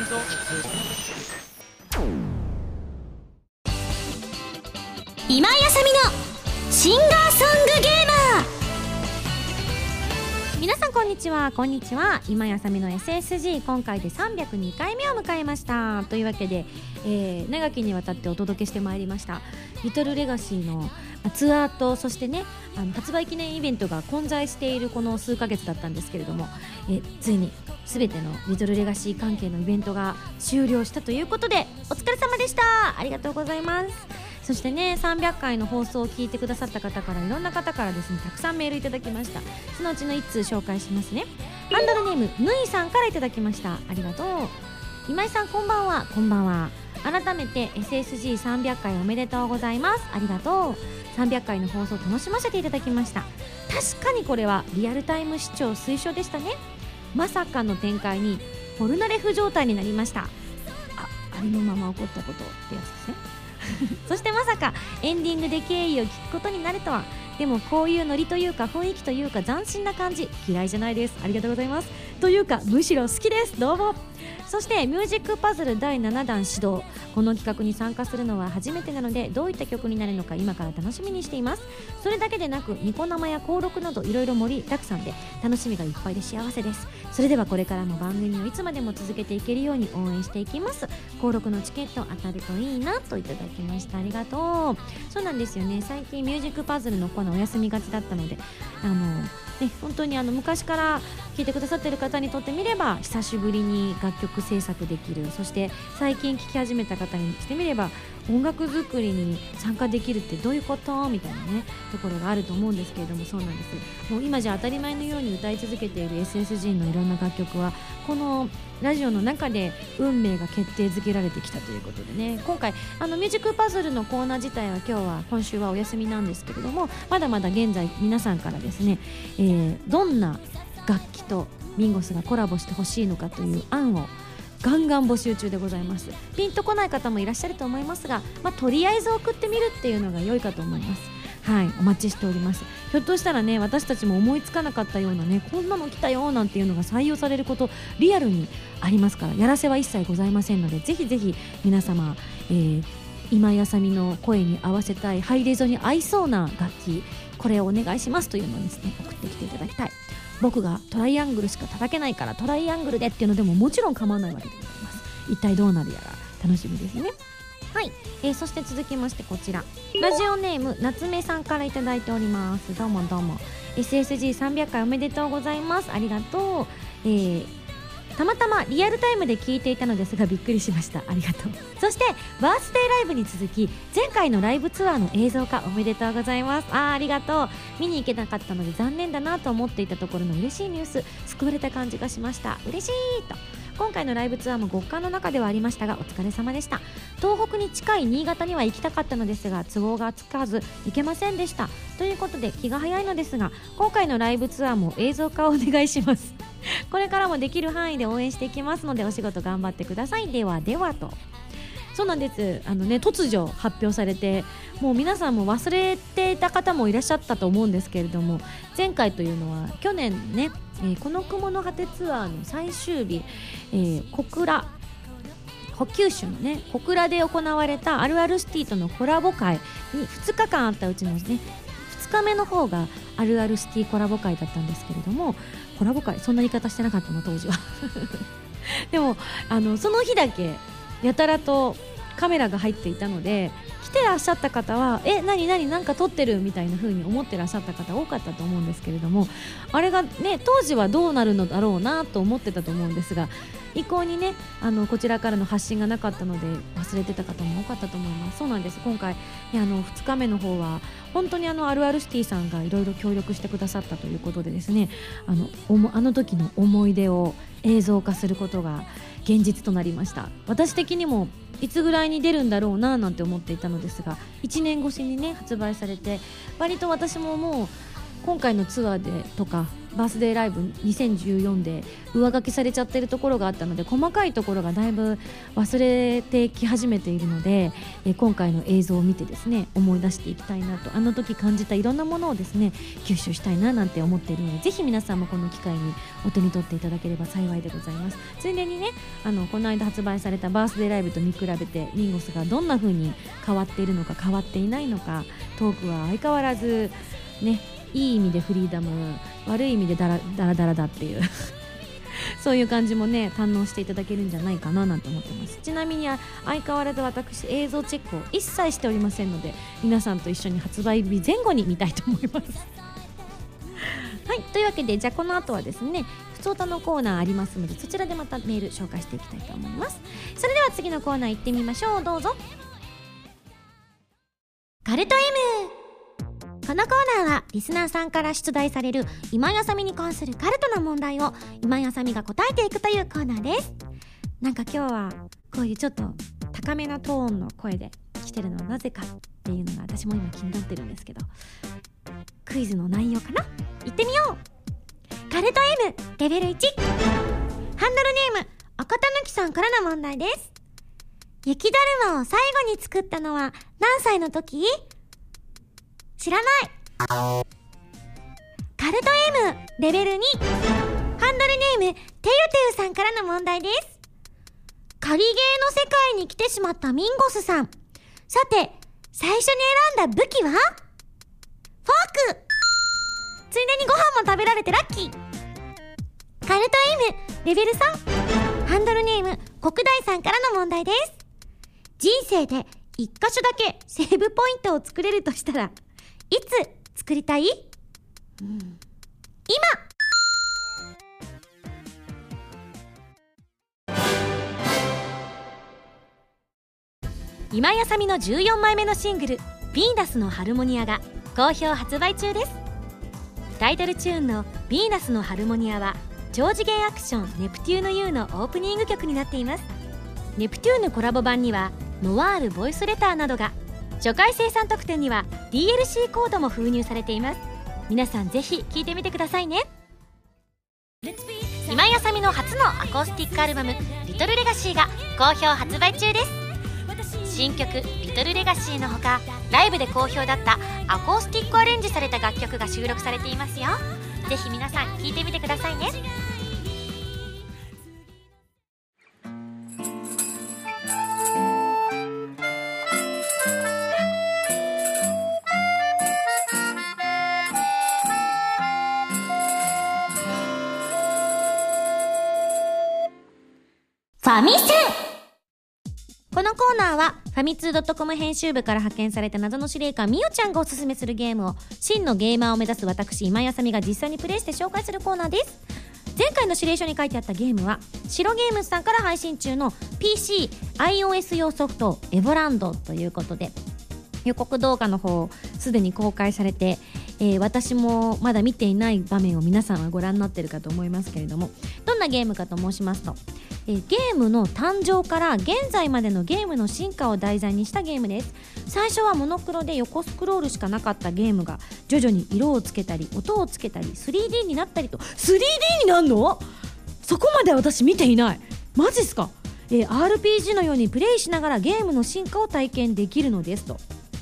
今井あさみのシンガーソングゲーマー。皆さんこんにちは、今井あさみの SSG 今回で302回目を迎えました。というわけで、長きにわたってお届けしてまいりましたリトルレガシーのツアーと、そしてね発売記念イベントが混在しているこの数ヶ月だったんですけれども、ついに全てのリトルレガシー関係のイベントが終了したということで、お疲れ様でした。ありがとうございます。そしてね、300回の放送を聞いてくださった方から、いろんな方からですね、たくさんメールいただきました。そのうちの1通紹介しますね。ハンドルネームぬいさんからいただきました。ありがとう。今井さんこんばんは。こんばんは。改めて SSG300 回おめでとうございます。ありがとう。300回の放送を楽しませていただきました。確かにこれはリアルタイム視聴推奨でしたね。まさかの展開にポルナレフ状態になりました。ありのまま起こったことってやつですね。そしてまさかエンディングで経緯を聞くことになるとは。でもこういうノリというか雰囲気というか斬新な感じ嫌いじゃないです。ありがとうございます。というかむしろ好きです。どうも。そしてミュージックパズル第7弾始動。この企画に参加するのは初めてなので、どういった曲になるのか今から楽しみにしています。それだけでなくニコ生や登録などいろいろ盛りだくさんで楽しみがいっぱいで幸せです。それではこれからも番組をいつまでも続けていけるように応援していきます。登録のチケット当たるといいなといただきました。ありがとう。そうなんですよね、最近ミュージックパズルのコーナーお休みがちだったので、本当に昔から聴いてくださっている方にとってみれば久しぶりに楽曲制作できる、そして最近聴き始めた方にしてみれば音楽作りに参加できるってどういうことみたいなねところがあると思うんですけれども、そうなんです。もう今じゃ当たり前のように歌い続けている SSG のいろんな楽曲はこのラジオの中で運命が決定づけられてきたということでね、今回ミュージックパズルのコーナー自体は今週はお休みなんですけれども、まだまだ現在皆さんからですね、どんな楽器とミンゴスがコラボしてほしいのかという案をガンガン募集中でございます。ピンとこない方もいらっしゃると思いますが、とりあえず送ってみるっていうのが良いかと思います。はい、お待ちしております。ひょっとしたらね、私たちも思いつかなかったようなね、こんなの来たよなんていうのが採用されることリアルにありますから、やらせは一切ございませんので、ぜひぜひ皆様、今井あさみの声に合わせたいハイレゾに合いそうな楽器、これをお願いしますというのをですね、送ってきていただきたい。僕がトライアングルしか叩けないからトライアングルでっていうのでももちろん構わないわけでございます。一体どうなるやら楽しみですね。はい、そして続きましてこちらラジオネーム夏目さんからいただいております。どうもどうも。 SSG300 回おめでとうございます。ありがとう。たまたまリアルタイムで聞いていたのですがびっくりしました。ありがとう。そしてバースデーライブに続き前回のライブツアーの映像化おめでとうございます。ありがとう。見に行けなかったので残念だなと思っていたところの嬉しいニュース、救われた感じがしました。嬉しいと。今回のライブツアーも極寒の中ではありましたがお疲れ様でした。東北に近い新潟には行きたかったのですが都合がつかず行けませんでした。ということで気が早いのですが、今回のライブツアーも映像化をお願いします。これからもできる範囲で応援していきますのでお仕事頑張ってください。ではではと。そうなんです。突如発表されてもう皆さんも忘れていた方もいらっしゃったと思うんですけれども、前回というのは去年ね、この雲の果てツアーの最終日、小倉補給種のね小倉で行われたあるあるシティとのコラボ会に2日間あったうちのね2日目の方があるあるシティコラボ会だったんですけれども、コラボ会そんな言い方してなかったの当時はでもその日だけやたらとカメラが入っていたので、来てらっしゃった方は何なんか撮ってるみたいな風に思ってらっしゃった方多かったと思うんですけれども、あれがね当時はどうなるのだろうなと思ってたと思うんですが、以降にねこちらからの発信がなかったので忘れてた方も多かったと思います。そうなんです。今回、2日目の方は本当にあるあるシティさんがいろいろ協力してくださったということでですね、あの時の思い出を映像化することが現実となりました。私的にもいつぐらいに出るんだろうななんて思っていたのですが、1年越しにね発売されて、割と私ももう今回のツアーでとかバースデーライブ2014で上書きされちゃってるところがあったので、細かいところがだいぶ忘れてき始めているので、今回の映像を見てですね思い出していきたいなと、あの時感じたいろんなものをですね吸収したいななんて思っているので、ぜひ皆さんもこの機会にお手に取っていただければ幸いでございます。ついでにね、この間発売されたバースデーライブと見比べてミンゴスがどんな風に変わっているのか変わっていないのか、トークは相変わらずね、いい意味でフリーダム、悪い意味でダラダラだっていうそういう感じもね堪能していただけるんじゃないかななんて思ってます。ちなみに相変わらず私映像チェックを一切しておりませんので、皆さんと一緒に発売日前後に見たいと思いますはい、というわけでじゃあこの後はですねふつおたのコーナーありますので、そちらでまたメール紹介していきたいと思います。それでは次のコーナー行ってみましょう。どうぞ。カルト M。このコーナーはリスナーさんから出題される今井あさみに関するカルトな問題を今井あさみが答えていくというコーナーです。なんか今日はこういうちょっと高めのトーンの声で来てるのはなぜかっていうのが私も今気になってるんですけど、クイズの内容かな。行ってみよう。カルト M レベル1、ハンドルネーム赤たぬきさんからの問題です。雪だるまを最後に作ったのは何歳の時？知らない。カルト M レベル2、ハンドルネームてゆてゆさんからの問題です。仮ゲーの世界に来てしまったミンゴスさん、さて最初に選んだ武器は？フォーク。ついでにご飯も食べられてラッキー。カルト M レベル3、ハンドルネーム国大さんからの問題です。人生で一箇所だけセーブポイントを作れるとしたらいつ作りたい？今。今井あさみの14枚目のシングル「ヴィーナスのハルモニア」が好評発売中です。タイトルチューンの「ヴィーナスのハルモニア」は超次元アクション「ネプテューヌ U」のオープニング曲になっています。ネプテューヌコラボ版にはノワールボイスレターなどが、初回生産特典には DLC コードも封入されています。皆さんぜひ聴いてみてくださいね。今井あさみの初のアコースティックアルバム「リトルレガシー」が好評発売中です。新曲「リトルレガシー」のほか、ライブで好評だったアコースティックアレンジされた楽曲が収録されていますよ。ぜひ皆さん聴いてみてくださいね。ファミセン。このコーナーはファミツー .com 編集部から派遣された謎の司令官みおちゃんがおすすめするゲームを真のゲーマーを目指す私今井あさみが実際にプレイして紹介するコーナーです。前回の指令書に書いてあったゲームは白ゲームズさんから配信中の PC、iOS 用ソフトエボランドということで、予告動画の方すでに公開されて、私もまだ見ていない場面を皆さんはご覧になっているかと思いますけれども、どんなゲームかと申しますと、ゲームの誕生から現在までのゲームの進化を題材にしたゲームです。最初はモノクロで横スクロールしかなかったゲームが徐々に色をつけたり音をつけたり 3D になったりと。 3D になるの？そこまで私見ていない。マジっすか。RPG のようにプレイしながらゲームの進化を体験できるのですと。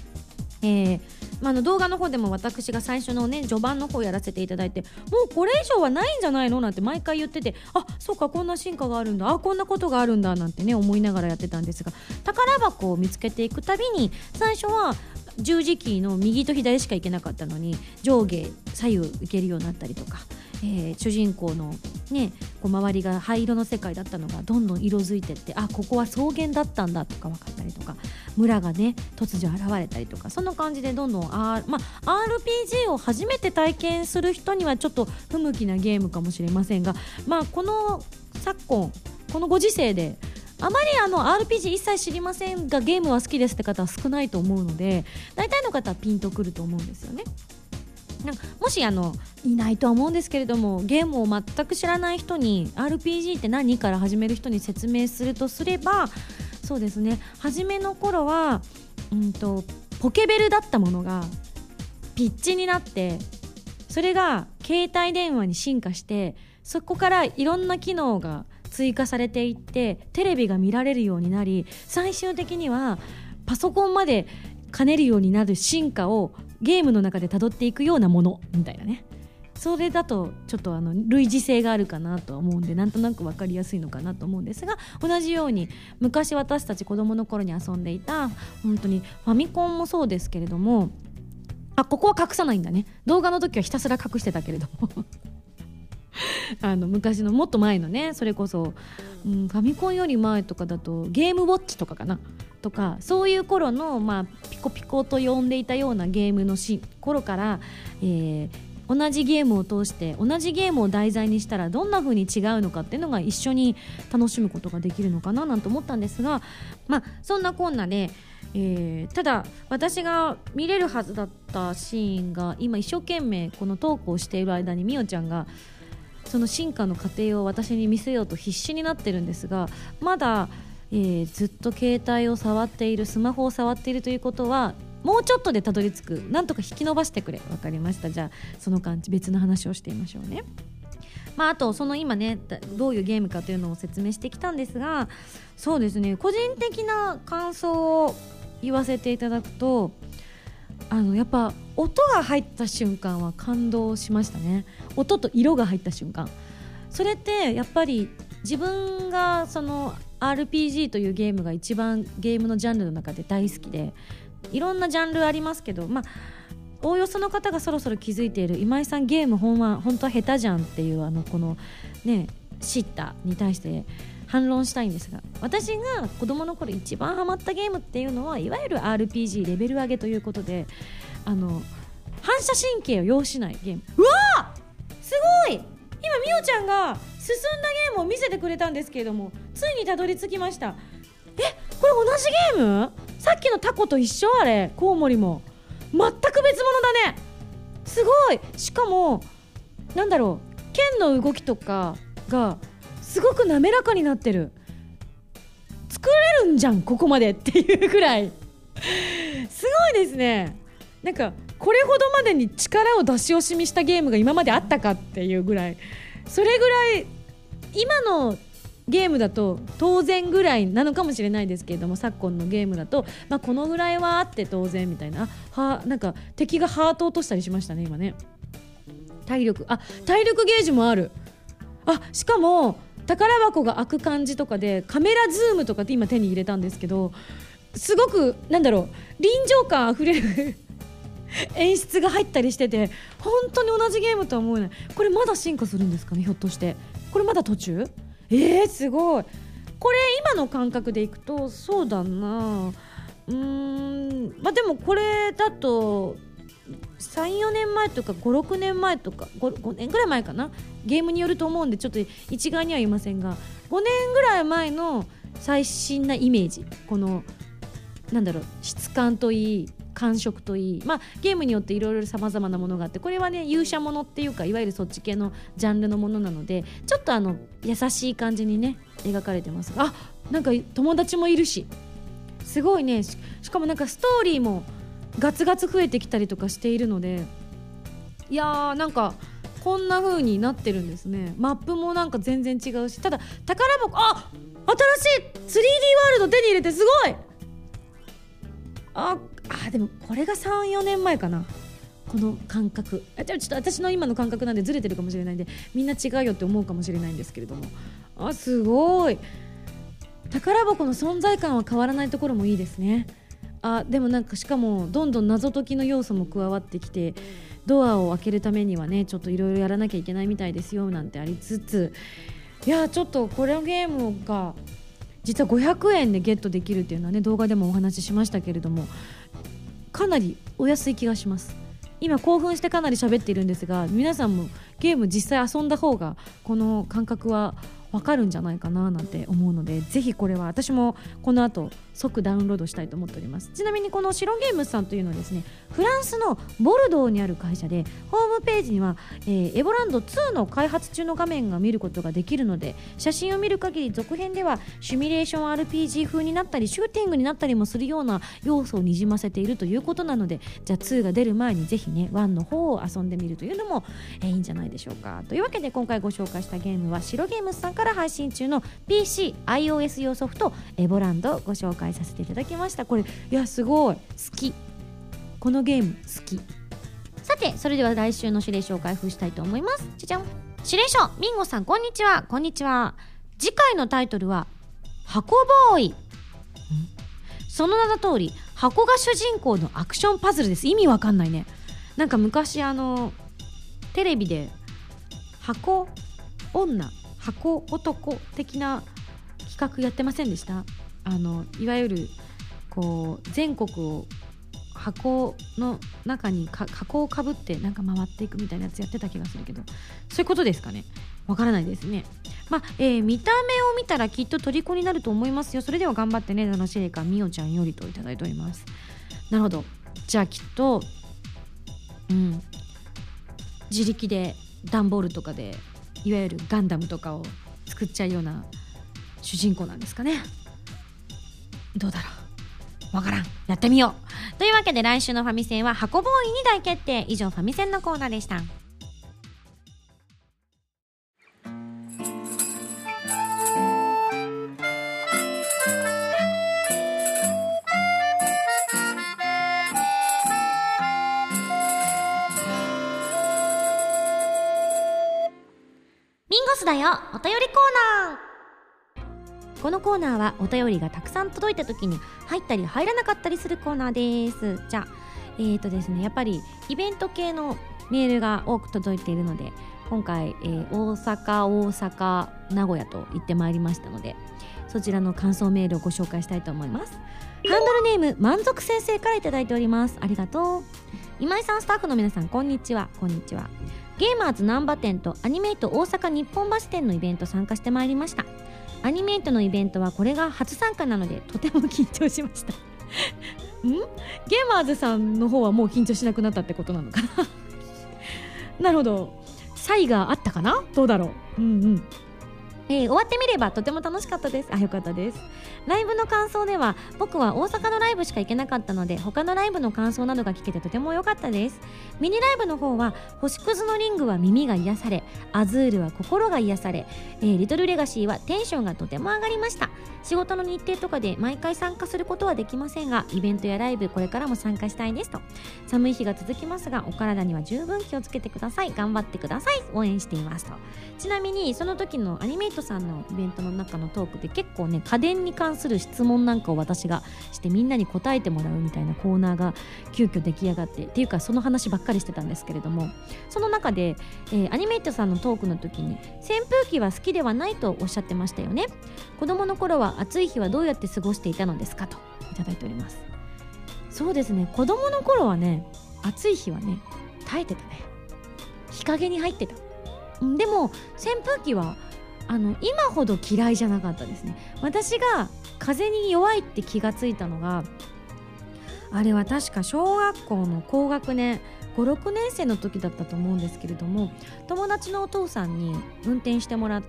動画の方でも私が最初のね序盤の方やらせていただいて、もうこれ以上はないんじゃないのなんて毎回言ってて、あ、そうか、こんな進化があるんだ、あ、こんなことがあるんだなんてね思いながらやってたんですが、宝箱を見つけていくたびに最初は十字キーの右と左しか行けなかったのに上下左右行けるようになったりとか、主人公のねこう周りが灰色の世界だったのがどんどん色づいてって、あ、ここは草原だったんだとか分かったりとか、村がね突如現れたりとか、そんな感じでどんどん、RPG を初めて体験する人にはちょっと不向きなゲームかもしれませんが、この昨今このご時世であまりRPG 一切知りませんがゲームは好きですって方は少ないと思うので、大体の方はピンとくると思うんですよね。もしいないとは思うんですけれども、ゲームを全く知らない人に RPG って何から始める人に説明するとすれば、そうですね、初めの頃はポケベルだったものがピッチになって、それが携帯電話に進化して、そこからいろんな機能が追加されていってテレビが見られるようになり、最終的にはパソコンまで兼ねるようになる進化をゲームの中で辿っていくようなものみたいなね。それだとちょっと類似性があるかなと思うんで、なんとなく分かりやすいのかなと思うんですが、同じように昔私たち子供の頃に遊んでいた、本当にファミコンもそうですけれども、ここは隠さないんだね、動画の時はひたすら隠してたけれども昔のもっと前のね、それこそ、ファミコンより前とかだとゲームウォッチとかかなとか、そういう頃の、ピコピコと呼んでいたようなゲームの頃から、同じゲームを通して同じゲームを題材にしたらどんな風に違うのかっていうのが一緒に楽しむことができるのかななんて思ったんですが、そんなこんなで、ただ私が見れるはずだったシーンが今一生懸命このトークをしている間にみおちゃんがその進化の過程を私に見せようと必死になってるんですが、まだ、ずっと携帯を触っている、スマホを触っているということはもうちょっとでたどり着く。なんとか引き伸ばしてくれ。わかりました。じゃあその間別の話をしてみましょうね。あとその今ねどういうゲームかというのを説明してきたんですが、そうですね、個人的な感想を言わせていただくと、やっぱ音が入った瞬間は感動しましたね。音と色が入った瞬間、それってやっぱり自分がその RPG というゲームが一番ゲームのジャンルの中で大好きで、いろんなジャンルありますけど、おおよその方がそろそろ気づいている今井さんゲーム本当は下手じゃんっていうこのねシッターに対して反論したいんですが、私が子供の頃一番ハマったゲームっていうのはいわゆる RPG レベル上げということで、反射神経を要しないゲーム。うわーすごい、今みおちゃんが進んだゲームを見せてくれたんですけれども、ついにたどり着きました。これ同じゲーム？さっきのタコと一緒？あれコウモリも全く別物だね。すごい。しかも剣の動きとかがすごく滑らかになってる。作れるんじゃんここまでっていうぐらいすごいですね。これほどまでに力を出し惜しみしたゲームが今まであったかっていうぐらい、それぐらい今のゲームだと当然ぐらいなのかもしれないですけれども、昨今のゲームだと、このぐらいはあって当然みたいな。敵がハート落としたりしましたね今ね。体力ゲージもある。しかも宝箱が開く感じとかでカメラズームとかって今手に入れたんですけど、すごく臨場感あふれる演出が入ったりしてて、本当に同じゲームとは思えない。これまだ進化するんですかね、ひょっとして。これまだ途中？すごい。これ今の感覚でいくとそうだな、でもこれだと 3,4 年前とか 5,6 年前とか 5年ぐらい前かな、ゲームによると思うんでちょっと一概には言いませんが、5年ぐらい前の最新なイメージ、この質感といい感触といい、ゲームによっていろいろ様々なものがあって、これはね勇者ものっていうかいわゆるそっち系のジャンルのものなので、ちょっと優しい感じにね描かれてますが、友達もいるしすごいね。 しかもストーリーもガツガツ増えてきたりとかしているので、いやーこんな風になってるんですね。マップも全然違うし、ただ宝箱新しい 3D ワールド手に入れてすごい。でもこれが 3,4 年前かな、この感覚。ちょっと私の今の感覚なんでずれてるかもしれないんで、みんな違うよって思うかもしれないんですけれども、すごい。宝箱の存在感は変わらないところもいいですね。でもしかもどんどん謎解きの要素も加わってきて、ドアを開けるためにはねちょっといろいろやらなきゃいけないみたいですよなんてありつつ、ちょっとこれのゲームが実は500円でゲットできるっていうのはね動画でもお話ししましたけれども、かなりお安い気がします。今興奮してかなり喋っているんですが、皆さんもゲーム実際遊んだ方がこの感覚は分分かるんじゃないかななんて思うので、ぜひこれは私もこの後即ダウンロードしたいと思っております。ちなみにこの白ゲームズさんというのはですね、フランスのボルドーにある会社で、ホームページには、エボランド2の開発中の画面が見ることができるので、写真を見る限り続編ではシミュレーション RPG 風になったりシューティングになったりもするような要素をにじませているということなので、じゃあ2が出る前にぜひね1の方を遊んでみるというのも、いいんじゃないでしょうか。というわけで今回ご紹介したゲームは白ゲームズさんから配信中の PC、iOS 用ソフトエボランドをご紹介させていただきました。これいやすごい好き、このゲーム好き。さてそれでは来週の指令書を開封したいと思います。じゃじゃん。指令書、ミンゴさんこんにちは。こんにちは。次回のタイトルは箱ボーイ。その名の通り箱が主人公のアクションパズルです。意味わかんないね。なんか昔テレビで箱女箱男的な企画やってませんでした？いわゆるこう全国を箱の中に箱をかぶってなんか回っていくみたいなやつやってた気がするけど、そういうことですかね。わからないですね。見た目を見たらきっと虜になると思いますよ。それでは頑張ってね、楽しいかみおちゃんよりといただいております。なるほど。じゃあきっと自力で段ボールとかでいわゆるガンダムとかを作っちゃうような主人公なんですかね。どうだろう、わからん。やってみよう。というわけで来週のファミセンは箱ボーイに大決定。以上ファミセンのコーナーでした。ミンゴスだよお便りコーナー。このコーナーはお便りがたくさん届いた時に入ったり入らなかったりするコーナーです。じゃあですね、やっぱりイベント系のメールが多く届いているので、今回、大阪名古屋と行ってまいりましたので、そちらの感想メールをご紹介したいと思います。ハンドルネーム満足先生からいただいております。ありがとう。今井さん、スタッフの皆さんこんにちは。こんにちは。ゲーマーズ難波店とアニメイト大阪日本橋店のイベント参加してまいりました。アニメイトのイベントはこれが初参加なのでとても緊張しましたゲーマーズさんの方はもう緊張しなくなったってことなのかななるほど、差異があったかな、どうだろう。終わってみればとても楽しかったです。よかったです。ライブの感想では、僕は大阪のライブしか行けなかったので他のライブの感想などが聞けてとても良かったです。ミニライブの方は星屑のリングは耳が癒され、アズールは心が癒され、リトルレガシーはテンションがとても上がりました。仕事の日程とかで毎回参加することはできませんが、イベントやライブこれからも参加したいですと。寒い日が続きますがお体には十分気をつけてください。頑張ってください。応援していますと。ちなみにその時のアニメイトさんのイベントの中のトークで結構ね、家電に関する質問なんかを私がしてみんなに答えてもらうみたいなコーナーが急遽出来上がって、っていうかその話ばっかりしてたんですけれども、その中で、アニメイトさんのトークの時に扇風機は好きではないとおっしゃってましたよね。子供の頃は暑い日はどうやって過ごしていたのですかといただいております。そうですね、子供の頃はね、暑い日はね耐えてたね。日陰に入ってた。でも扇風機は今ほど嫌いじゃなかったですね。私が風に弱いって気がついたのが、あれは確か小学校の高学年 5,6 年生の時だったと思うんですけれども、友達のお父さんに運転してもらって、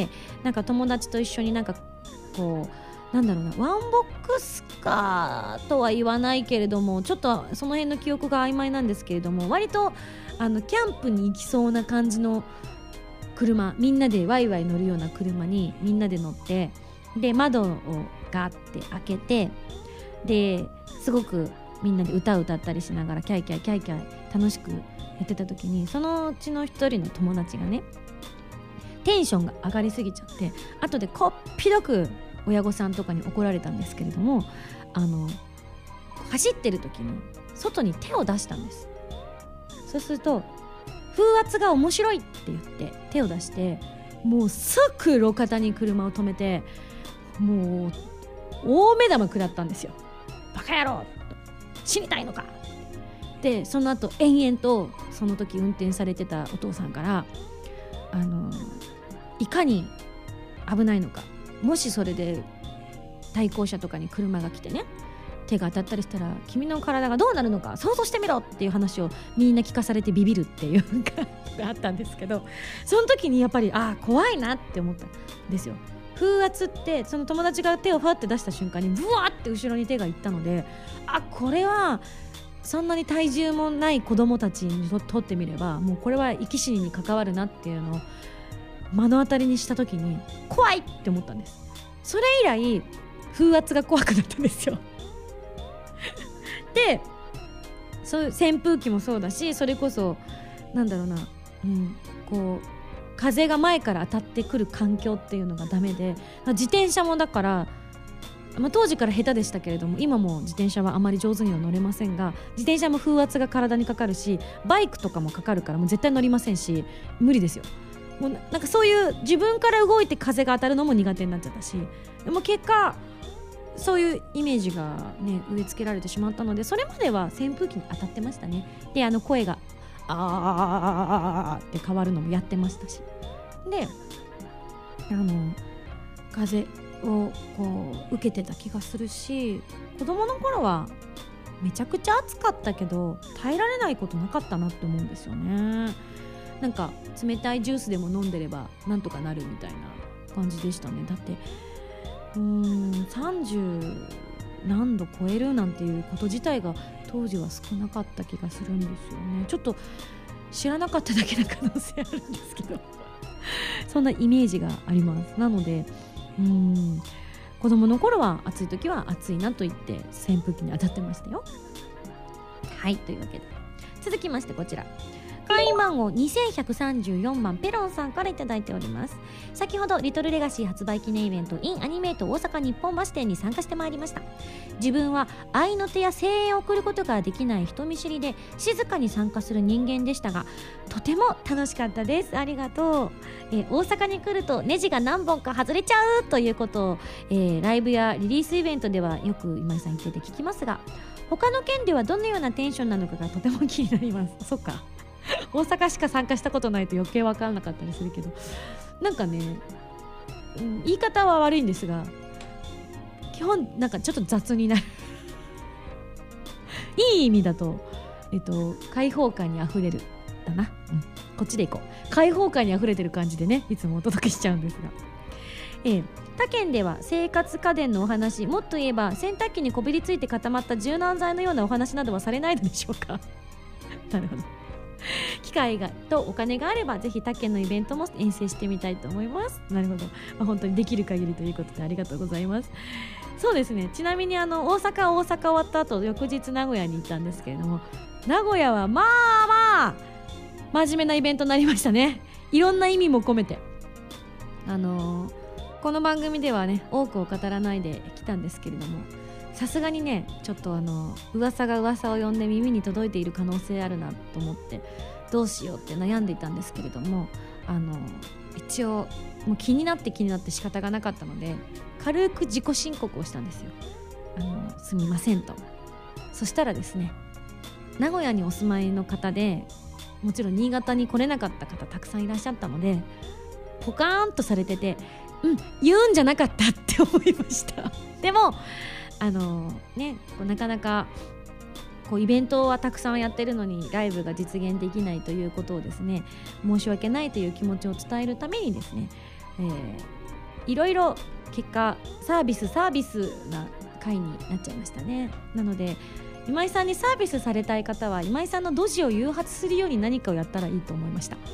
なんか友達と一緒になんかこうなんだろうな、ワンボックスカーとは言わないけれども、ちょっとその辺の記憶が曖昧なんですけれども、割とキャンプに行きそうな感じの車、みんなでワイワイ乗るような車にみんなで乗って、で窓をガーって開けて、ですごくみんなで歌を歌ったりしながらキャイキャイキャイキャイ楽しくやってた時に、そのうちの一人の友達がねテンションが上がりすぎちゃって、後でこっぴどく親御さんとかに怒られたんですけれども、走ってる時に外に手を出したんです。そうすると風圧が面白いって言って手を出して、もうすぐ路肩に車を止めて、もう大目玉食らったんですよ。バカ野郎、死にたいのか。でその後延々とその時運転されてたお父さんからいかに危ないのか、もしそれで対向車とかに車が来てね手が当たったりしたら君の体がどうなるのか想像してみろっていう話をみんな聞かされてビビるっていうのがあったんですけど、その時にやっぱり怖いなって思ったんですよ。風圧ってその友達が手をファって出した瞬間にブワーって後ろに手がいったので、これはそんなに体重もない子供たちにとってみればもうこれは生き死にに関わるなっていうのを目の当たりにした時に怖いって思ったんです。それ以来風圧が怖くなったんですよで、そういう扇風機もそうだし、それこそなんだろうな、こう風が前から当たってくる環境っていうのがダメで、自転車もだから、当時から下手でしたけれども今も自転車はあまり上手には乗れませんが、自転車も風圧が体にかかるしバイクとかもかかるからもう絶対乗りませんし無理ですよ。もうなんかそういう自分から動いて風が当たるのも苦手になっちゃったし、でも結果そういうイメージがね植え付けられてしまったので、それまでは扇風機に当たってましたね。で声がって変わるのもやってましたし、で風をこう受けてた気がするし、子供の頃はめちゃくちゃ暑かったけど耐えられないことなかったなって思うんですよね。なんか冷たいジュースでも飲んでればなんとかなるみたいな感じでしたね。だって30何度超えるなんていうこと自体が当時は少なかった気がするんですよね。ちょっと知らなかっただけの可能性あるんですけどそんなイメージがあります。なので子供の頃は暑い時は暑いなと言って扇風機に当たってましたよ。はい、というわけで続きましてこちら会員番号2134番ペロンさんからいただいております。先ほどリトルレガシー発売記念イベント in アニメイト大阪日本橋店に参加してまいりました。自分は愛の手や声援を送ることができない人見知りで静かに参加する人間でしたがとても楽しかったです。ありがとう。大阪に来るとネジが何本か外れちゃうということを、ライブやリリースイベントではよく今井さん言ってて聞きますが、他の県ではどのようなテンションなのかがとても気になります。そっか大阪しか参加したことないと余計分からなかったりするけど、なんかね、言い方は悪いんですが基本なんかちょっと雑になるいい意味だと、開放感にあふれるだな、こっちでいこう。開放感にあふれてる感じでねいつもお届けしちゃうんですが、他県では生活家電のお話、もっと言えば洗濯機にこびりついて固まった柔軟剤のようなお話などはされないのでしょうかなるほど。機会がとお金があればぜひ他県のイベントも遠征してみたいと思います。なるほど、本当にできる限りということでありがとうございます。そうですね、ちなみに大阪終わった後翌日名古屋に行ったんですけれども、名古屋はまあ真面目なイベントになりましたね。いろんな意味も込めてこの番組ではね多くを語らないできたんですけれども、さすがにねちょっと噂が噂を呼んで耳に届いている可能性あるなと思ってどうしようって悩んでいたんですけれども、一応もう気になって仕方がなかったので軽く自己申告をしたんですよ。すみませんと。そしたらですね、名古屋にお住まいの方でもちろん新潟に来れなかった方たくさんいらっしゃったのでポカーンとされてて、言うんじゃなかったって思いましたでもなかなかこうイベントはたくさんやってるのにライブが実現できないということをですね、申し訳ないという気持ちを伝えるためにですね、いろいろ結果サービスな回になっちゃいましたね。なので今井さんにサービスされたい方は今井さんのドジを誘発するように何かをやったらいいと思いました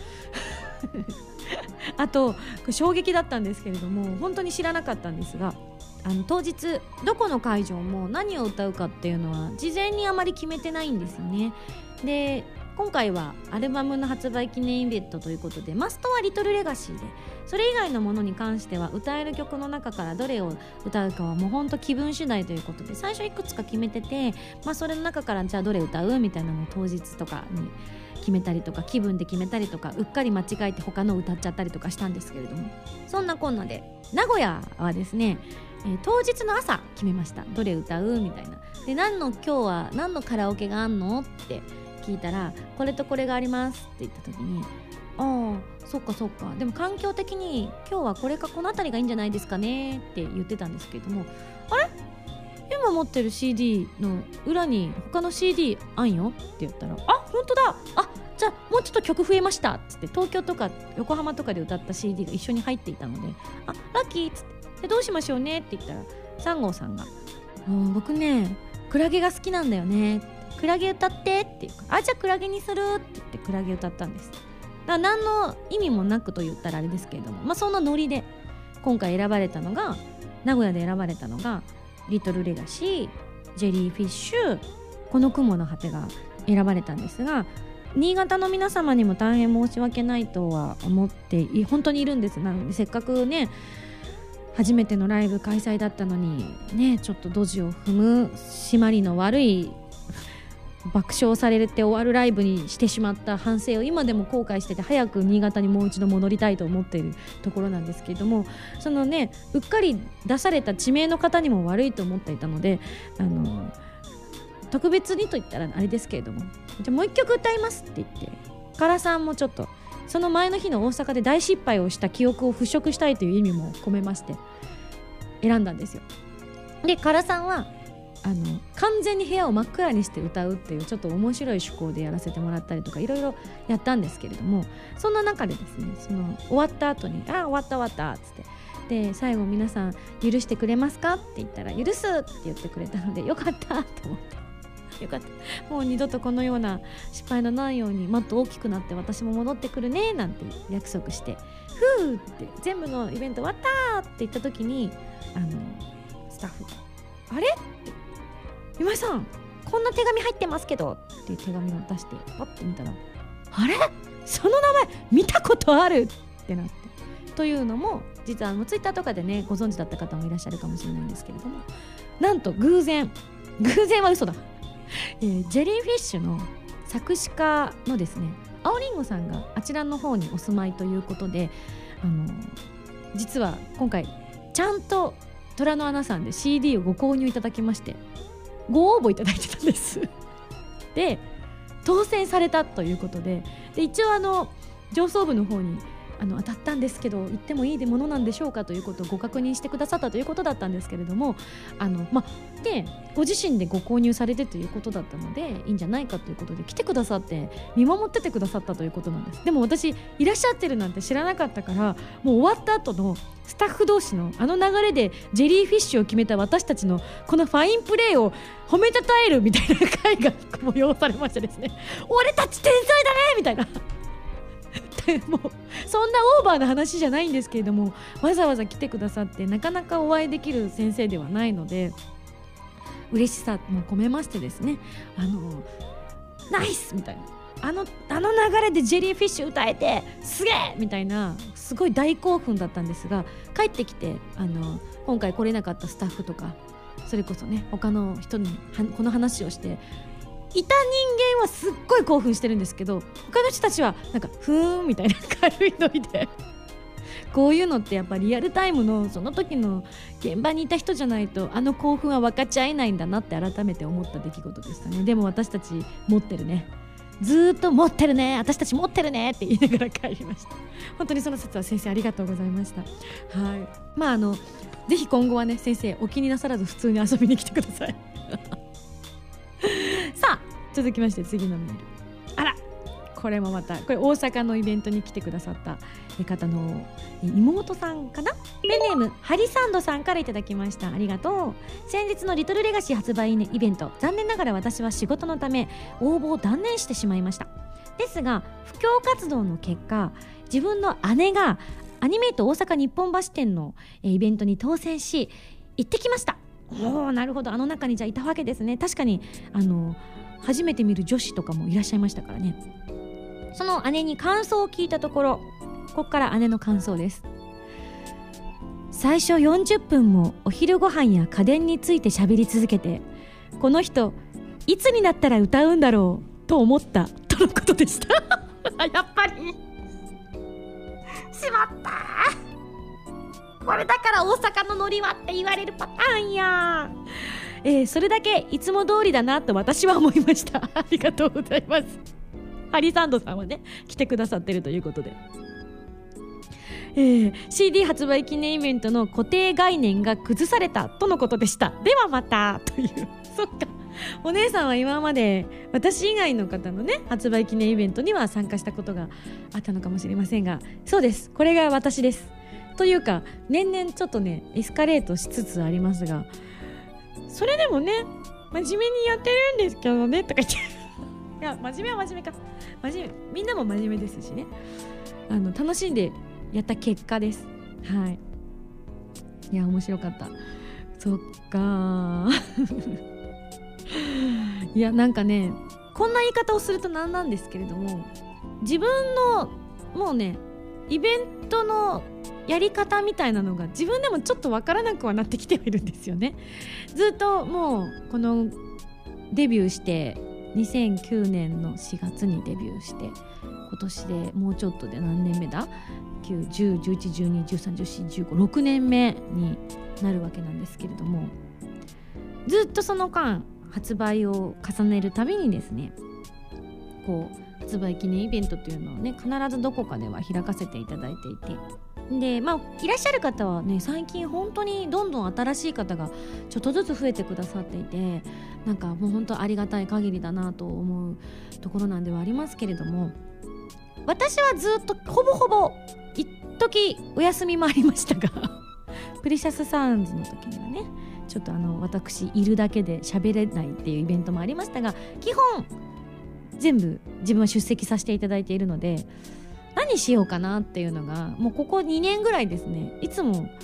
あと衝撃だったんですけれども、本当に知らなかったんですが当日どこの会場も何を歌うかっていうのは事前にあまり決めてないんですよね。で今回はアルバムの発売記念イベントということでマストはリトルレガシーで、それ以外のものに関しては歌える曲の中からどれを歌うかはもうほんと気分次第ということで最初いくつか決めてて、それの中からじゃあどれ歌うみたいなのを当日とかに決めたりとか気分で決めたりとかうっかり間違えて他の歌っちゃったりとかしたんですけれども、そんなこんなで名古屋はですね、当日の朝決めました。どれ歌うみたいなで、今日は何のカラオケがあんのって聞いたらこれとこれがありますって言った時にああそっかそっか。でも環境的に今日はこれかこの辺りがいいんじゃないですかねって言ってたんですけれども、あれ今持ってる CD の裏に他の CD あんよって言ったら、あ本当だ、あじゃあもうちょっと曲増えましたっつって、東京とか横浜とかで歌った CD が一緒に入っていたので、あラッキーっつって、でどうしましょうねって言ったら、3号さんが僕ねクラゲが好きなんだよね、クラゲ歌ってって言うから、あじゃあクラゲにするって言ってクラゲ歌ったんです。だから何の意味もなくと言ったらあれですけれども、そんなノリで今回選ばれたのが、名古屋で選ばれたのがリトルレガシー、ジェリーフィッシュ、この雲の果てが選ばれたんですが、新潟の皆様にも大変申し訳ないとは思って本当にいるんです。なのでせっかくね初めてのライブ開催だったのにね、ちょっとドジを踏む締まりの悪い爆笑されて終わるライブにしてしまった反省を今でも後悔してて、早く新潟にもう一度戻りたいと思っているところなんですけれども、そのねうっかり出された地名の方にも悪いと思っていたので、特別にと言ったらあれですけれども、じゃあもう一曲歌いますって言って、カラさんもちょっとその前の日の大阪で大失敗をした記憶を払拭したいという意味も込めまして選んだんですよ。でカラさんは完全に部屋を真っ暗にして歌うっていうちょっと面白い趣向でやらせてもらったりとかいろいろやったんですけれども、そんな中でですね、その終わった後に終わったっつってで、最後皆さん許してくれますかって言ったら、許すって言ってくれたのでよかったと思って、よかった、もう二度とこのような失敗のないようにもっと大きくなって私も戻ってくるねなんて約束して、ふーって全部のイベント終わったって言った時にスタッフがあれって今井さんこんな手紙入ってますけどっていう手紙を出してパッて見たら、あれその名前見たことあるってなって、というのも実はツイッターとかでねご存知だった方もいらっしゃるかもしれないんですけれども、なんと偶然は嘘だジェリーフィッシュの作詞家のですね青りんごさんがあちらの方にお住まいということで、実は今回ちゃんと虎の穴さんで CD をご購入いただきましてご応募いただいてたんですで当選されたということで、一応上層部の方に当たったんですけど言ってもいいものなんでしょうかということをご確認してくださったということだったんですけれども、でご自身でご購入されてということだったのでいいんじゃないかということで来てくださって見守っててくださったということなんです。でも私いらっしゃってるなんて知らなかったから、もう終わった後のスタッフ同士の流れでジェリーフィッシュを決めた私たちのこのファインプレーを褒めたたえるみたいな会が催されましてですね、俺たち天才だねみたいなもうそんなオーバーな話じゃないんですけれども、わざわざ来てくださってなかなかお会いできる先生ではないので嬉しさも込めましてですね、ナイスみたいな、あの流れでジェリーフィッシュ歌えてすげえみたいなすごい大興奮だったんですが、帰ってきて今回来れなかったスタッフとかそれこそね他の人にこの話をしていた人間はすっごい興奮してるんですけど、他の人たちはなんかふーんみたいな軽いノリでこういうのってやっぱリアルタイムのその時の現場にいた人じゃないと興奮は分かち合えないんだなって改めて思った出来事でしたね。でも私たち持ってるね、ずーっと持ってるね、私たち持ってるねって言いながら帰りました。本当にその説は先生ありがとうございました。はい、ぜひ今後はね先生お気になさらず普通に遊びに来てくださいさあ続きまして次のメール、これもまたこれ大阪のイベントに来てくださった方の妹さんかな、ペンネームハリサンドさんからいただきました。ありがとう。先日のリトルレガシー発売イベント、残念ながら私は仕事のため応募を断念してしまいました。ですが布教活動の結果、自分の姉がアニメイト大阪日本橋店のイベントに当選し行ってきました。なるほど、中にじゃいたわけですね。確かに初めて見る女子とかもいらっしゃいましたからね。その姉に感想を聞いたところ、ここから姉の感想です。最初40分もお昼ご飯や家電について喋り続けて、この人いつになったら歌うんだろうと思ったとのことでしたやっぱりしまった、これだから大阪のノリはって言われるパターンや。それだけいつも通りだなと私は思いましたありがとうございます。 ハリサンドさんはね来てくださってるということで、CD 発売記念イベントの固定概念が崩されたとのことでした。ではまたというそっか、お姉さんは今まで私以外の方のね発売記念イベントには参加したことがあったのかもしれませんが、そうです、これが私です。というか年々ちょっとねエスカレートしつつありますが、それでもね真面目にやってるんですけどねとか言っていや真面目は真面目か、真面目、みんなも真面目ですしね、楽しんでやった結果です。はい、いや面白かった。そっかいやなんかね、こんな言い方をするとなんなんですけれども、自分のもうねイベントのやり方みたいなのが自分でもちょっと分からなくはなってきてはいるんですよね。ずっともうこのデビューして2009年の4月にデビューして今年でもうちょっとで何年目だ、9、10、11、12、13、14、15、6年目になるわけなんですけれども、ずっとその間発売を重ねるたびにですね、こう発売記念イベントというのをね必ずどこかでは開かせていただいていて、でいらっしゃる方はね最近本当にどんどん新しい方がちょっとずつ増えてくださっていて、なんかもう本当ありがたい限りだなと思うところなんではありますけれども、私はずっとほぼほぼ一時お休みもありましたがプレシャスサウンズの時にはねちょっと私いるだけで喋れないっていうイベントもありましたが、基本全部自分は出席させていただいているので、何しようかなっていうのがもうここ2年ぐらいですね、いつも考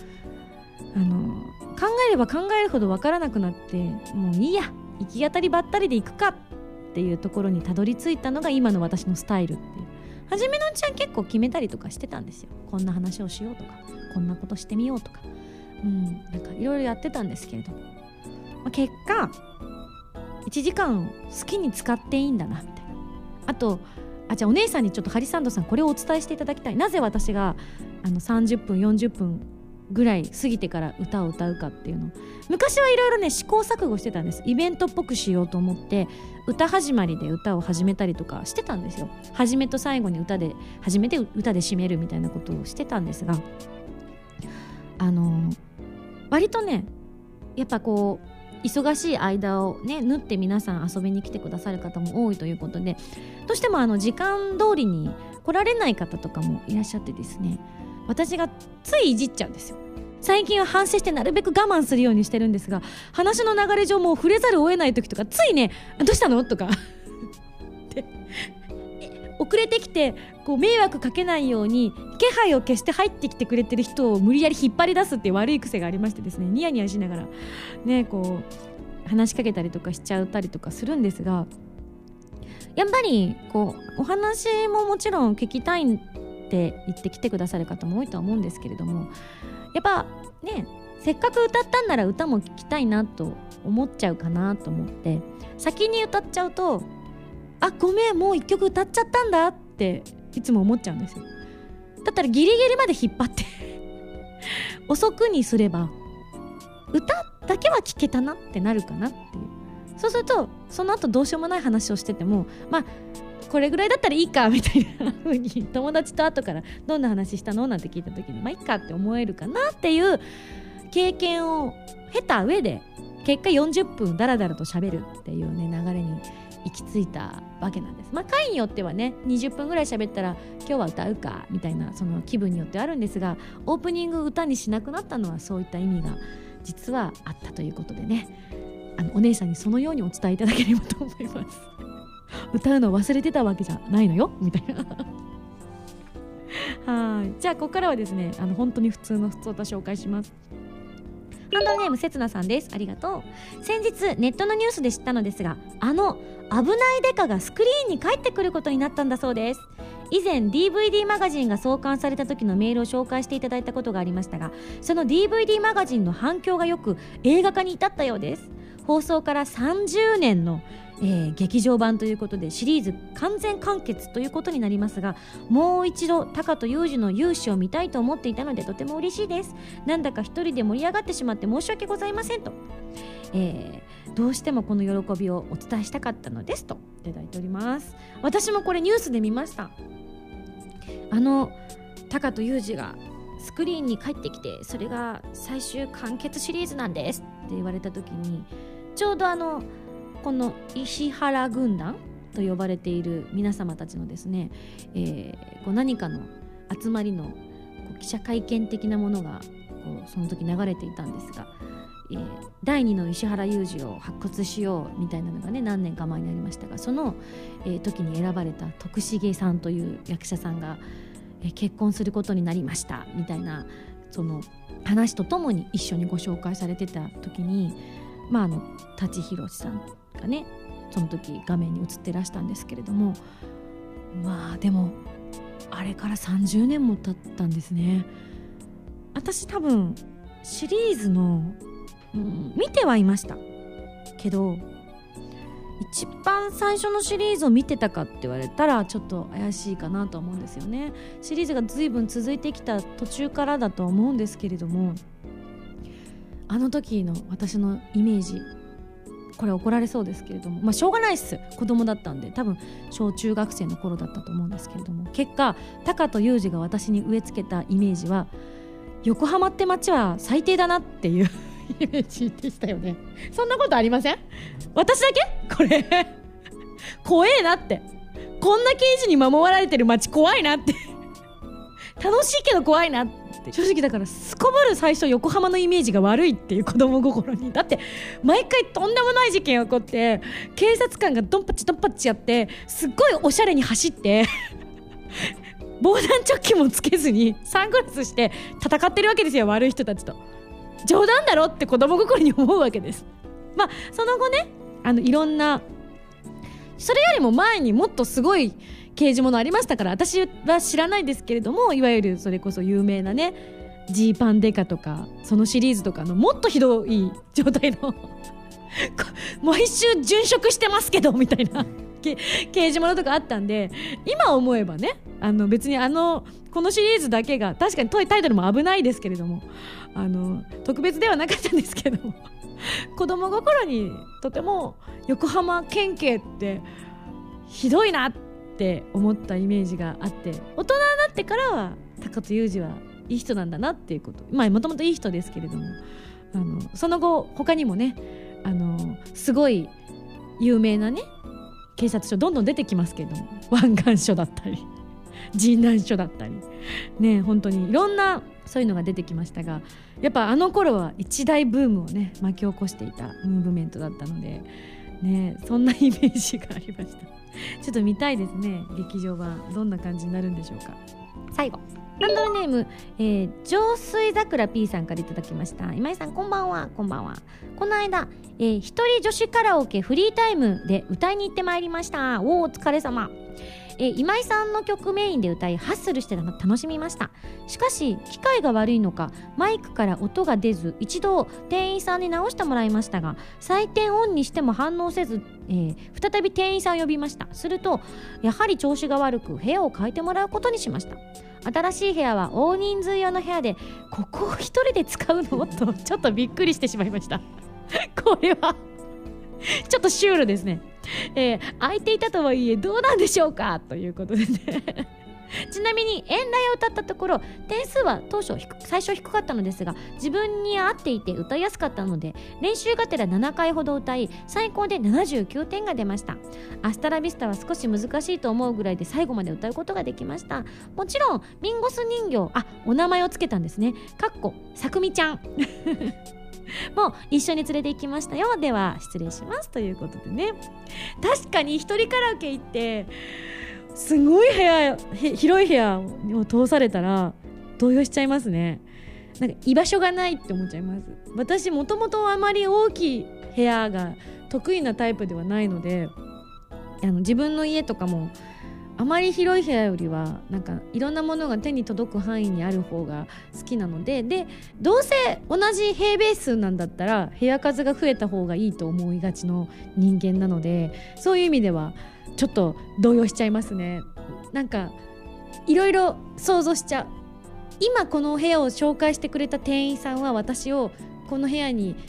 えれば考えるほど分からなくなって、もういいや行き当たりばったりで行くかっていうところにたどり着いたのが今の私のスタイルっていう。初めのうちは結構決めたりとかしてたんですよ。こんな話をしようとかこんなことしてみようとか、なんかいろいろやってたんですけれど、結果1時間好きに使っていいんだなみたいな。あとじゃあお姉さんにちょっとハリサンドさんこれをお伝えしていただきたい。なぜ私が30分40分ぐらい過ぎてから歌を歌うかっていうの、昔はいろいろね試行錯誤してたんです。イベントっぽくしようと思って歌始まりで歌を始めたりとかしてたんですよ。始めと最後に歌で始めて歌で締めるみたいなことをしてたんですが、割とねやっぱこう忙しい間をね縫って皆さん遊びに来てくださる方も多いということで、どうしても時間通りに来られない方とかもいらっしゃってですね、私がついいじっちゃうんですよ。最近は反省してなるべく我慢するようにしてるんですが、話の流れ上もう触れざるを得ない時とかついねどうしたのとかで遅れてきてこう迷惑かけないように気配を消して入ってきてくれてる人を無理やり引っ張り出すっていう悪い癖がありましてですね、ニヤニヤしながらねこう話しかけたりとかしちゃったりとかするんですが、やっぱりこうお話ももちろん聞きたいって言ってきてくださる方も多いとは思うんですけれども、やっぱねせっかく歌ったんなら歌も聞きたいなと思っちゃうかなと思って、先に歌っちゃうとごめんもう一曲歌っちゃったんだっていつも思っちゃうんですよ。だったらギリギリまで引っ張って遅くにすれば歌だけは聞けたなってなるかなっていう。そうするとその後どうしようもない話をしててもこれぐらいだったらいいかみたいな風に友達と後からどんな話したのなんて聞いた時にいいかって思えるかなっていう経験を経た上で、結果40分ダラダラと喋るっていうね流れに行き着いたわけなんです。回によってはね20分ぐらい喋ったら今日は歌うかみたいなその気分によってあるんですが、オープニング歌にしなくなったのはそういった意味が実はあったということでね、お姉さんにそのようにお伝えいただければと思います歌うの忘れてたわけじゃないのよみたいなはい、じゃあここからはですね本当に普通の普通歌紹介します。ハンドルネームせつなさんです。ありがとう。先日ネットのニュースで知ったのですが、危ないデカがスクリーンに帰ってくることになったんだそうです。以前 DVD マガジンが創刊された時のメールを紹介していただいたことがありましたが、その DVD マガジンの反響がよく映画化に至ったようです。放送から30年の劇場版ということでシリーズ完全完結ということになりますが、もう一度タカとユージの勇姿を見たいと思っていたのでとても嬉しいです。なんだか一人で盛り上がってしまって申し訳ございませんと、 どうしてもこの喜びをお伝えしたかったのですといただいております。私もこれニュースで見ました。タカとユージがスクリーンに帰ってきて、それが最終完結シリーズなんですって言われた時に、ちょうどこの石原軍団と呼ばれている皆様たちのですね、何かの集まりの記者会見的なものがその時流れていたんですが、第2の石原裕次を発掘しようみたいなのがね、何年か前にありましたが、その、時に選ばれた徳重さんという役者さんが、結婚することになりましたみたいなその話とともに一緒にご紹介されてた時に、舘ひろしさんがねその時画面に映ってらしたんですけれども、でもあれから30年も経ったんですね。私多分シリーズの、見てはいましたけど、一番最初のシリーズを見てたかって言われたらちょっと怪しいかなと思うんですよね。シリーズが随分続いてきた途中からだと思うんですけれども、あの時の私のイメージ、これ怒られそうですけれども、しょうがないっす、子供だったんで、多分小中学生の頃だったと思うんですけれども、結果タカとユージが私に植え付けたイメージは、横浜って街は最低だなっていうイメージでしたよね。そんなことありません？私だけ？これ怖えなって、こんな刑事に守られてる街怖いなって楽しいけど怖いなって、正直だからすこぶる最初横浜のイメージが悪いっていう子供心に、だって毎回とんでもない事件起こって警察官がドンパチドンパチやってすっごいおしゃれに走って防弾チョッキもつけずにサングラスして戦ってるわけですよ、悪い人たちと。冗談だろって子供心に思うわけです。その後ね、いろんなそれよりも前にもっとすごい刑事物ありましたから、私は知らないですけれども、いわゆるそれこそ有名なねジーパンデカとかそのシリーズとかのもっとひどい状態の毎週殉職してますけどみたいな刑事物とかあったんで、今思えばね、別にこのシリーズだけが確かにタイトルも危ないですけれども、特別ではなかったんですけども子供心にとても横浜県警ってひどいなって思ったイメージがあって、大人になってからは高戸裕二はいい人なんだなっていうこと、もともといい人ですけれども、その後他にもねすごい有名なね警察署どんどん出てきますけれども、湾岸署だったり神南署だったりね、本当にいろんなそういうのが出てきましたが、やっぱあの頃は一大ブームをね巻き起こしていたムーブメントだったのでね、そんなイメージがありました。ちょっと見たいですね、劇場版どんな感じになるんでしょうか。最後ハンドルネーム、浄水桜 P さんからいただきました。今井さんこんばんは。こんばんは。この間、一人女子カラオケフリータイムで歌いに行ってまいりました。お疲れ様。今井さんの曲メインで歌いハッスルして楽しみました。しかし機械が悪いのかマイクから音が出ず、一度店員さんに直してもらいましたが、採点オンにしても反応せず、再び店員さんを呼びました。するとやはり調子が悪く部屋を変えてもらうことにしました。新しい部屋は大人数用の部屋で、ここを一人で使うのとちょっとびっくりしてしまいましたこれはちょっとシュールですね。空いていたとはいえどうなんでしょうかということでねちなみに遠雷を歌ったところ点数は最初低かったのですが、自分に合っていて歌いやすかったので練習がてら7回ほど歌い、最高で79点が出ました。アスタラビスタは少し難しいと思うぐらいで最後まで歌うことができました。もちろんミンゴス人形、お名前をつけたんですね。さくみちゃんもう一緒に連れて行きましたよ。では失礼しますということでね、確かに一人カラオケ行ってすごい広い部屋を通されたら動揺しちゃいますね。なんか居場所がないって思っちゃいます。私もともとあまり大きい部屋が得意なタイプではないので、自分の家とかもあまり広い部屋よりはなんかいろんなものが手に届く範囲にある方が好きなので、どうせ同じ平米数なんだったら部屋数が増えた方がいいと思いがちの人間なので、そういう意味ではちょっと動揺しちゃいますね。なんかいろいろ想像しちゃう。今この部屋を紹介してくれた店員さんは私をこの部屋に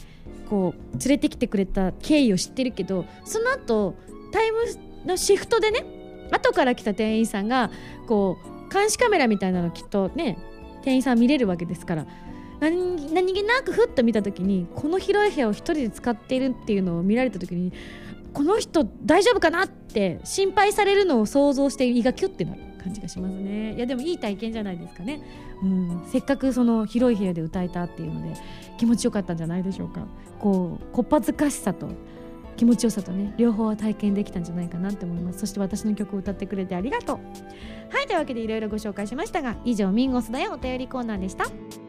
こう連れてきてくれた経緯を知ってるけど、その後タイムのシフトでね、後から来た店員さんがこう監視カメラみたいなのきっとね店員さん見れるわけですから、何気なくふっと見た時にこの広い部屋を一人で使っているっていうのを見られた時に、この人大丈夫かなって心配されるのを想像して胃がキュッてなる感じがしますね。いやでもいい体験じゃないですかね。せっかくその広い部屋で歌えたっていうので気持ちよかったんじゃないでしょうか。こうこっぱずかしさと気持ちよさとね、両方体験できたんじゃないかなって思います。そして私の曲を歌ってくれてありがとう。はい、というわけでいろいろご紹介しましたが、以上ミンゴスだよお便りコーナーでした。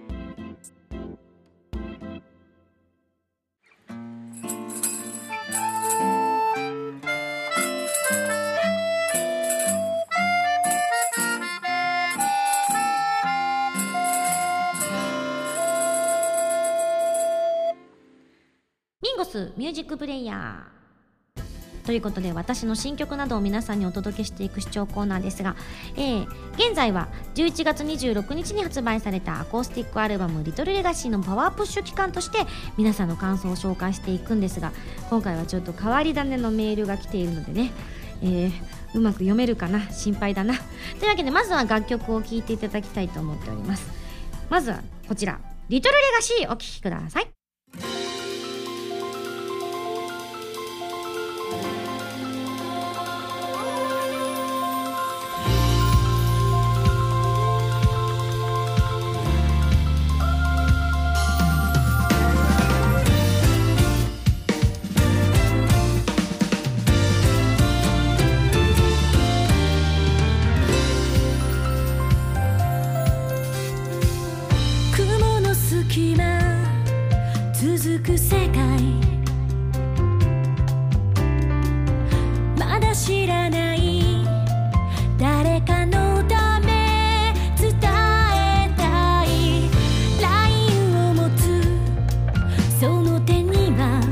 ミンゴスミュージックプレイヤーということで、私の新曲などを皆さんにお届けしていく視聴コーナーですが、現在は11月26日に発売されたアコースティックアルバムリトルレガシーのパワープッシュ期間として皆さんの感想を紹介していくんですが、今回はちょっと変わり種のメールが来ているのでね、うまく読めるかな、心配だな。というわけでまずは楽曲を聴いていただきたいと思っております。まずはこちら、リトルレガシーお聴きください。 続く世界、まだ知らない誰かのため伝えたい。ラインを持つその手には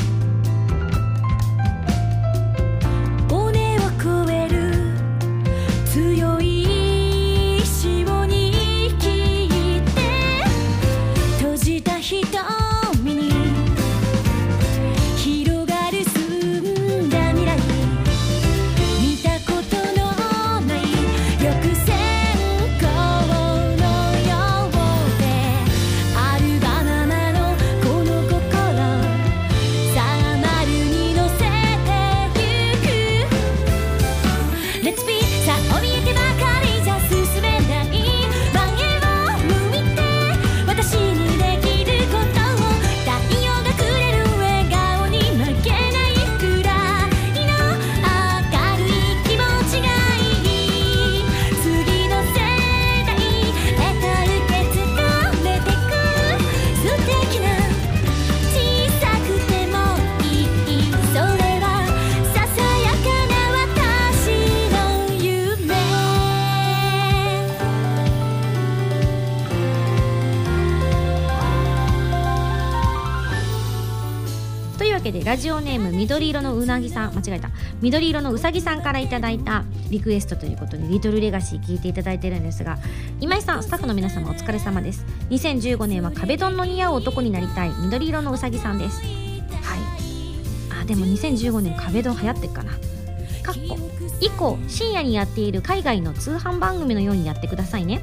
尾根を越える強い意志を握って閉じた瞳ラジオネーム緑色のうなぎさん、間違えた、緑色のうさぎさんからいただいたリクエストということでリトルレガシー聞いていただいてるんですが、今井さん、スタッフの皆様お疲れ様です。2015年は壁ドンの似合う男になりたい緑色のうさぎさんです。はい。でも2015年壁ドン流行ってるかな。かっこ以降深夜にやっている海外の通販番組のようにやってくださいね。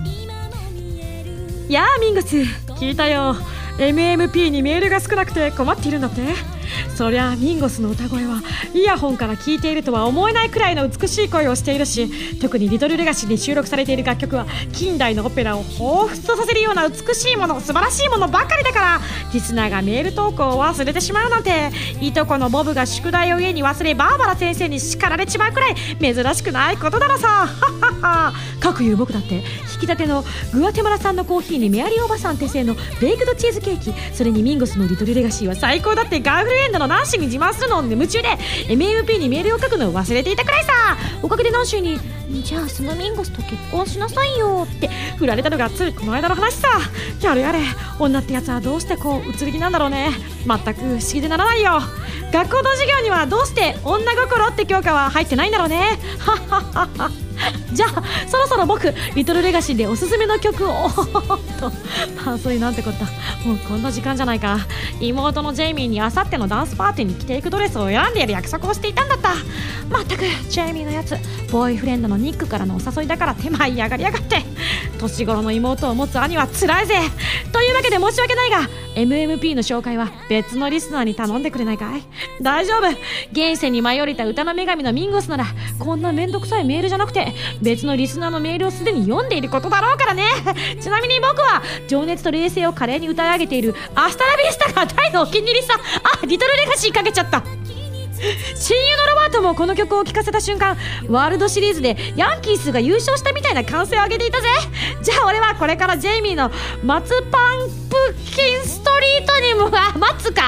やあミンゴス、聞いたよ。 MMP にメールが少なくて困っているんだって。そりゃミンゴスの歌声はイヤホンから聴いているとは思えないくらいの美しい声をしているし、特にリトルレガシーに収録されている楽曲は近代のオペラを彷彿とさせるような美しいもの、素晴らしいものばかりだから、リスナーがメール投稿を忘れてしまうなんて、いとこのボブが宿題を家に忘れバーバラ先生に叱られちまうくらい珍しくないことだろさ。かくいう僕だって引き立てのグアテマラ産のコーヒーにメアリーおばさん手製のベイクドチーズケーキ、それにミンゴスのリトルレガシーは最高だってガーフルエンドのナンシーに自慢するのに夢中で MMP にメールを書くのを忘れていたくらいさ。おかげでナンシーにじゃあそのミンゴスと結婚しなさいよって振られたのがついこの間の話さ。やれやれ、女ってやつはどうしてこう移り気なんだろうね。全く不思議でならないよ。学校の授業にはどうして女心って教科は入ってないんだろうね。はっはっはっは。 じゃあそろそろ僕リトルレガシーでおすすめの曲をとそれなんてこった、もうこんな時間じゃないか。妹のジェイミーにあさってのダンスパーティーに着ていくドレスを選んでいる約束をしていたんだった。まったくジェイミーのやつ、ボーイフレンドのニックからのお誘いだから手前やがりやがって。年頃の妹を持つ兄は辛いぜ。というわけで申し訳ないが MMP の紹介は別のリスナーに頼んでくれないかい。大丈夫、現世に舞い降りた歌の女神のミンゴスならこんなめんどくさいメールじゃなくて別のリスナーのメールをすでに読んでいることだろうからね。ちなみに僕は情熱と冷静を華麗に歌い上げているアスタラビスタが大のお気に入りさ。リトルレガシーかけちゃった。親友のロバートもこの曲を聴かせた瞬間、ワールドシリーズでヤンキースが優勝したみたいな歓声を上げていたぜ。じゃあ俺はこれからジェイミーのマツパンプキンストリートに向か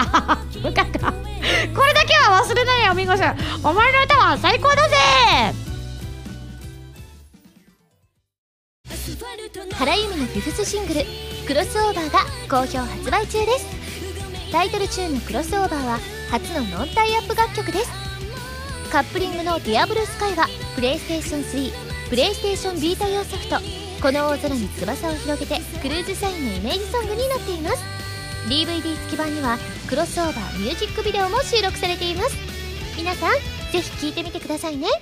これだけは忘れないよミンゴス、お前の歌は最高だぜ。 原由美のフィフスシングル「クロスオーバー」が好評発売中です。タイトルチューンのクロスオーバーは初のノンタイアップ楽曲です。カップリングのディアブルスカイはプレイステーション3、プレイステーションビータ用ソフトこの大空に翼を広げてクルーズサインのイメージソングになっています。 DVD 付き版にはクロスオーバーミュージックビデオも収録されています。皆さんぜひ聴いてみてくださいね。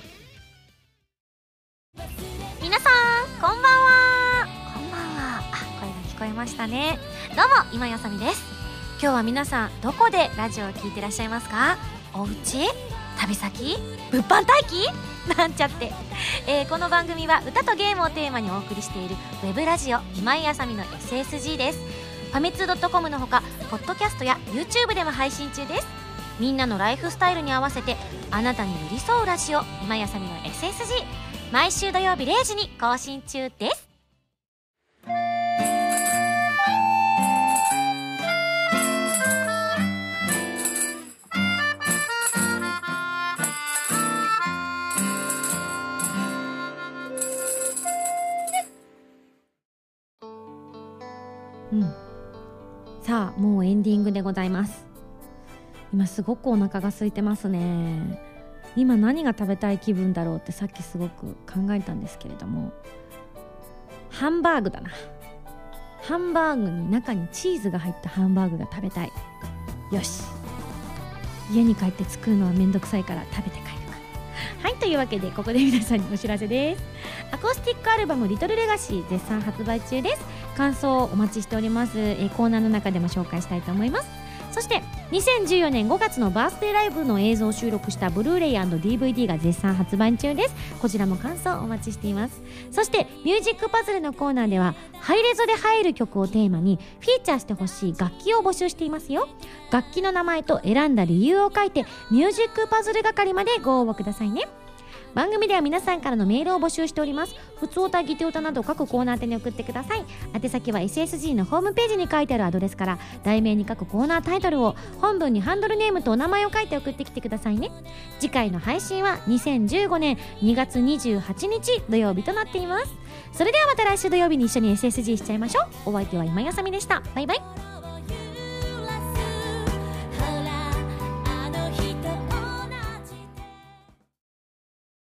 皆さんこんばんは。こんばんは。声が聞こえましたね。どうも今やさみです。今日は皆さんどこでラジオを聞いてらっしゃいますか？お家？旅先？物販待機？なんちゃって、この番組は歌とゲームをテーマにお送りしているウェブラジオ今井あさみの SSG です。ファミツー .com のほかポッドキャストや YouTube でも配信中です。みんなのライフスタイルに合わせてあなたに寄り添うラジオ今井あさみの SSG、 毎週土曜日0時に更新中です。さあもうエンディングでございます。今すごくお腹が空いてますね。今何が食べたい気分だろうってさっきすごく考えたんですけれども、ハンバーグだな。ハンバーグに中にチーズが入ったハンバーグが食べたい。よし、家に帰って作るのはめんどくさいから食べて帰るか。はい、というわけでここで皆さんにお知らせです。アコースティックアルバムリトルレガシー絶賛発売中です。感想をお待ちしております。コーナーの中でも紹介したいと思います。そして2014年5月のバースデーライブの映像を収録したブルーレイ&DVD が絶賛発売中です。こちらも感想お待ちしています。そしてミュージックパズルのコーナーではハイレゾで入る曲をテーマにフィーチャーしてほしい楽器を募集していますよ。楽器の名前と選んだ理由を書いてミュージックパズル係までご応募くださいね。番組では皆さんからのメールを募集しております。ふつおた、ぎておたなど各コーナー宛てに送ってください。宛先は SSG のホームページに書いてあるアドレスから題名に各コーナータイトルを、本文にハンドルネームとお名前を書いて送ってきてくださいね。次回の配信は2015年2月28日土曜日となっています。それではまた来週土曜日に一緒に SSG しちゃいましょう。お相手は今やさみでした。バイバイ。